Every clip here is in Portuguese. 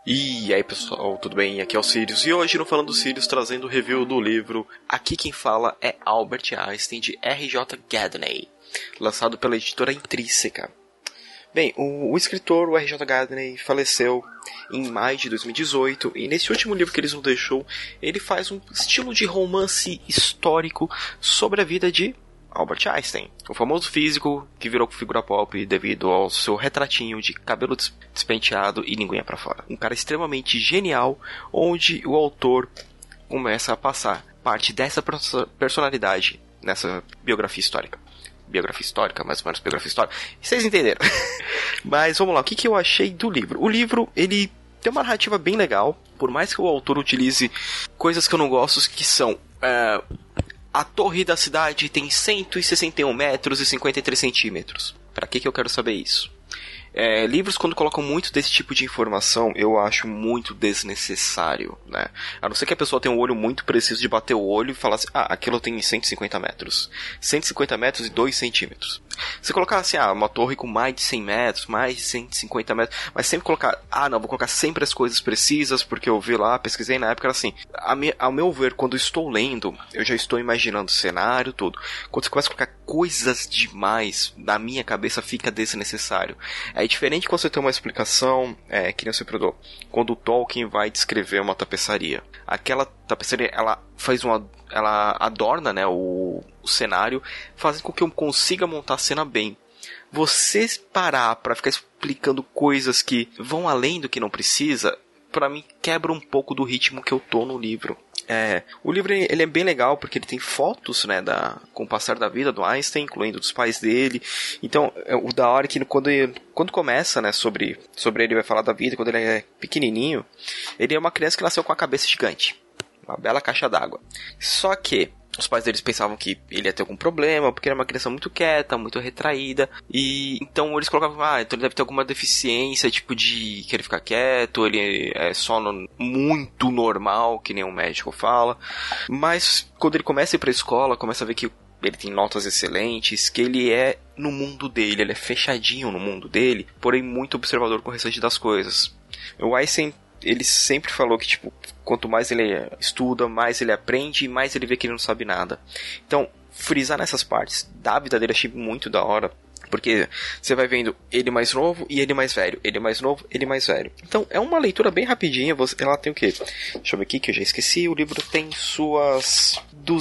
E aí pessoal, tudo bem? Aqui é o Sirius e hoje no Falando Sirius trazendo o review do livro Aqui Quem Fala é Albert Einstein de R.J. Gadney, lançado pela editora Intrínseca. Bem, o escritor, o R.J. Gadney, faleceu em maio de 2018 e nesse último livro que ele nos deixou, ele faz um estilo de romance histórico sobre a vida de Albert Einstein, o famoso físico que virou figura pop devido ao seu retratinho de cabelo despenteado e linguinha pra fora. Um cara extremamente genial, onde o autor começa a passar parte dessa personalidade nessa biografia histórica. Biografia histórica, mais ou menos biografia histórica. Vocês entenderam. Mas vamos lá, o que eu achei do livro? O livro, ele tem uma narrativa bem legal, por mais que o autor utilize coisas que eu não gosto, que são... A torre da cidade tem 161 metros e 53 centímetros. Pra que eu quero saber isso? Livros, quando colocam muito desse tipo de informação, eu acho muito desnecessário, né? A não ser que a pessoa tenha um olho muito preciso de bater o olho e falar assim, aquilo tem 150 metros. 150 metros e 2 centímetros. Se colocar assim, uma torre com mais de 100 metros, mais de 150 metros, mas sempre colocar, não, vou colocar sempre as coisas precisas, porque eu vi lá, pesquisei na época, era assim, ao meu ver, quando eu estou lendo, eu já estou imaginando o cenário todo. Quando você começa a colocar coisas demais, na minha cabeça fica desnecessário. É diferente quando você tem uma explicação, que nem eu sempre dou, quando o Tolkien vai descrever uma tapeçaria. Aquela tapeçaria, ela adorna, né, o cenário, fazendo com que eu consiga montar a cena bem. Você parar pra ficar explicando coisas que vão além do que não precisa, pra mim quebra um pouco do ritmo que eu tô no livro. O livro ele é bem legal porque ele tem fotos, né, com o passar da vida do Einstein, incluindo dos pais dele. Então, o da hora é que quando começa, né, sobre ele vai falar da vida, quando ele é pequenininho, ele é uma criança que nasceu com a cabeça gigante, uma bela caixa d'água. Só que os pais deles pensavam que ele ia ter algum problema, porque era uma criança muito quieta, muito retraída, e então eles colocavam, então ele deve ter alguma deficiência, tipo de querer ficar quieto, ele é só muito normal, que nem um médico fala. Mas quando ele começa a ir pra escola, começa a ver que ele tem notas excelentes, que ele é no mundo dele, ele é fechadinho no mundo dele, porém muito observador com o restante das coisas. O Einstein, ele sempre falou que, tipo, quanto mais ele estuda, mais ele aprende e mais ele vê que ele não sabe nada. Então, frisar nessas partes da vida dele achei muito da hora, porque você vai vendo ele mais novo e ele mais velho, ele mais novo, ele mais velho. Então, é uma leitura bem rapidinha, ela tem o quê? Deixa eu ver aqui que eu já esqueci, o livro tem suas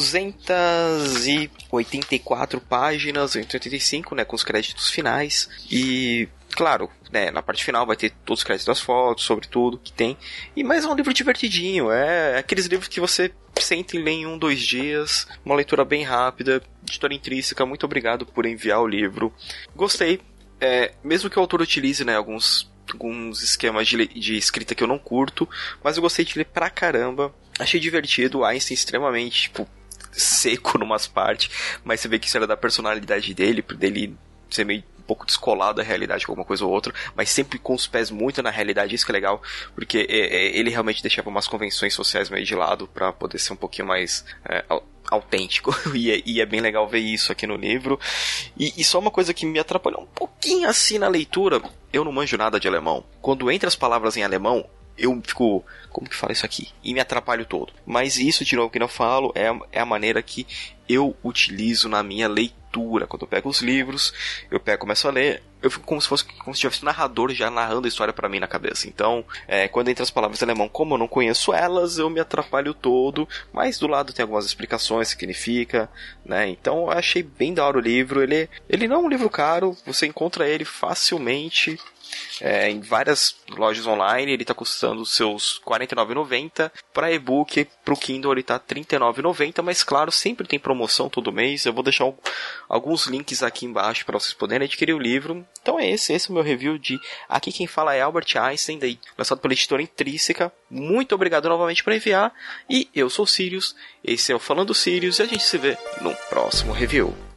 284 páginas, 85, né, com os créditos finais, e... Claro, né, na parte final vai ter todos os créditos das fotos, sobre tudo que tem. Mas é um livro divertidinho, é aqueles livros que você senta e lê em 2 dias, uma leitura bem rápida, editora Intrínseca, muito obrigado por enviar o livro. Gostei, mesmo que o autor utilize, né, alguns esquemas de escrita que eu não curto, mas eu gostei de ler pra caramba, achei divertido, o Einstein extremamente, tipo, seco numas partes, mas você vê que isso era da personalidade dele ser meio um pouco descolado da realidade com alguma coisa ou outra, mas sempre com os pés muito na realidade, isso que é legal, porque ele realmente deixava umas convenções sociais meio de lado pra poder ser um pouquinho mais autêntico, e é bem legal ver isso aqui no livro. E só uma coisa que me atrapalhou um pouquinho assim na leitura, eu não manjo nada de alemão. Quando entra as palavras em alemão, eu fico, como que fala isso aqui? E me atrapalho todo. Mas isso, de novo, que eu falo, é a maneira que eu utilizo na minha leitura. Quando eu pego os livros, começo a ler, eu fico como se tivesse um narrador já narrando a história pra mim na cabeça. Então, quando entra as palavras em alemão, como eu não conheço elas, eu me atrapalho todo, mas do lado tem algumas explicações, significa, né? Então, eu achei bem da hora o livro. Ele não é um livro caro, você encontra ele facilmente em várias lojas online. Ele está custando seus R$ 49,90. Para e-book, para o Kindle ele está R$ 39,90, mas claro, sempre tem promoção todo mês. Eu vou deixar alguns links aqui embaixo para vocês poderem adquirir o livro. Então esse é o meu review de Aqui Quem Fala é Albert Einstein, lançado pela editora Intrínseca. Muito obrigado novamente por enviar, e eu sou o Sirius, esse é o Falando Sirius, e a gente se vê no próximo review.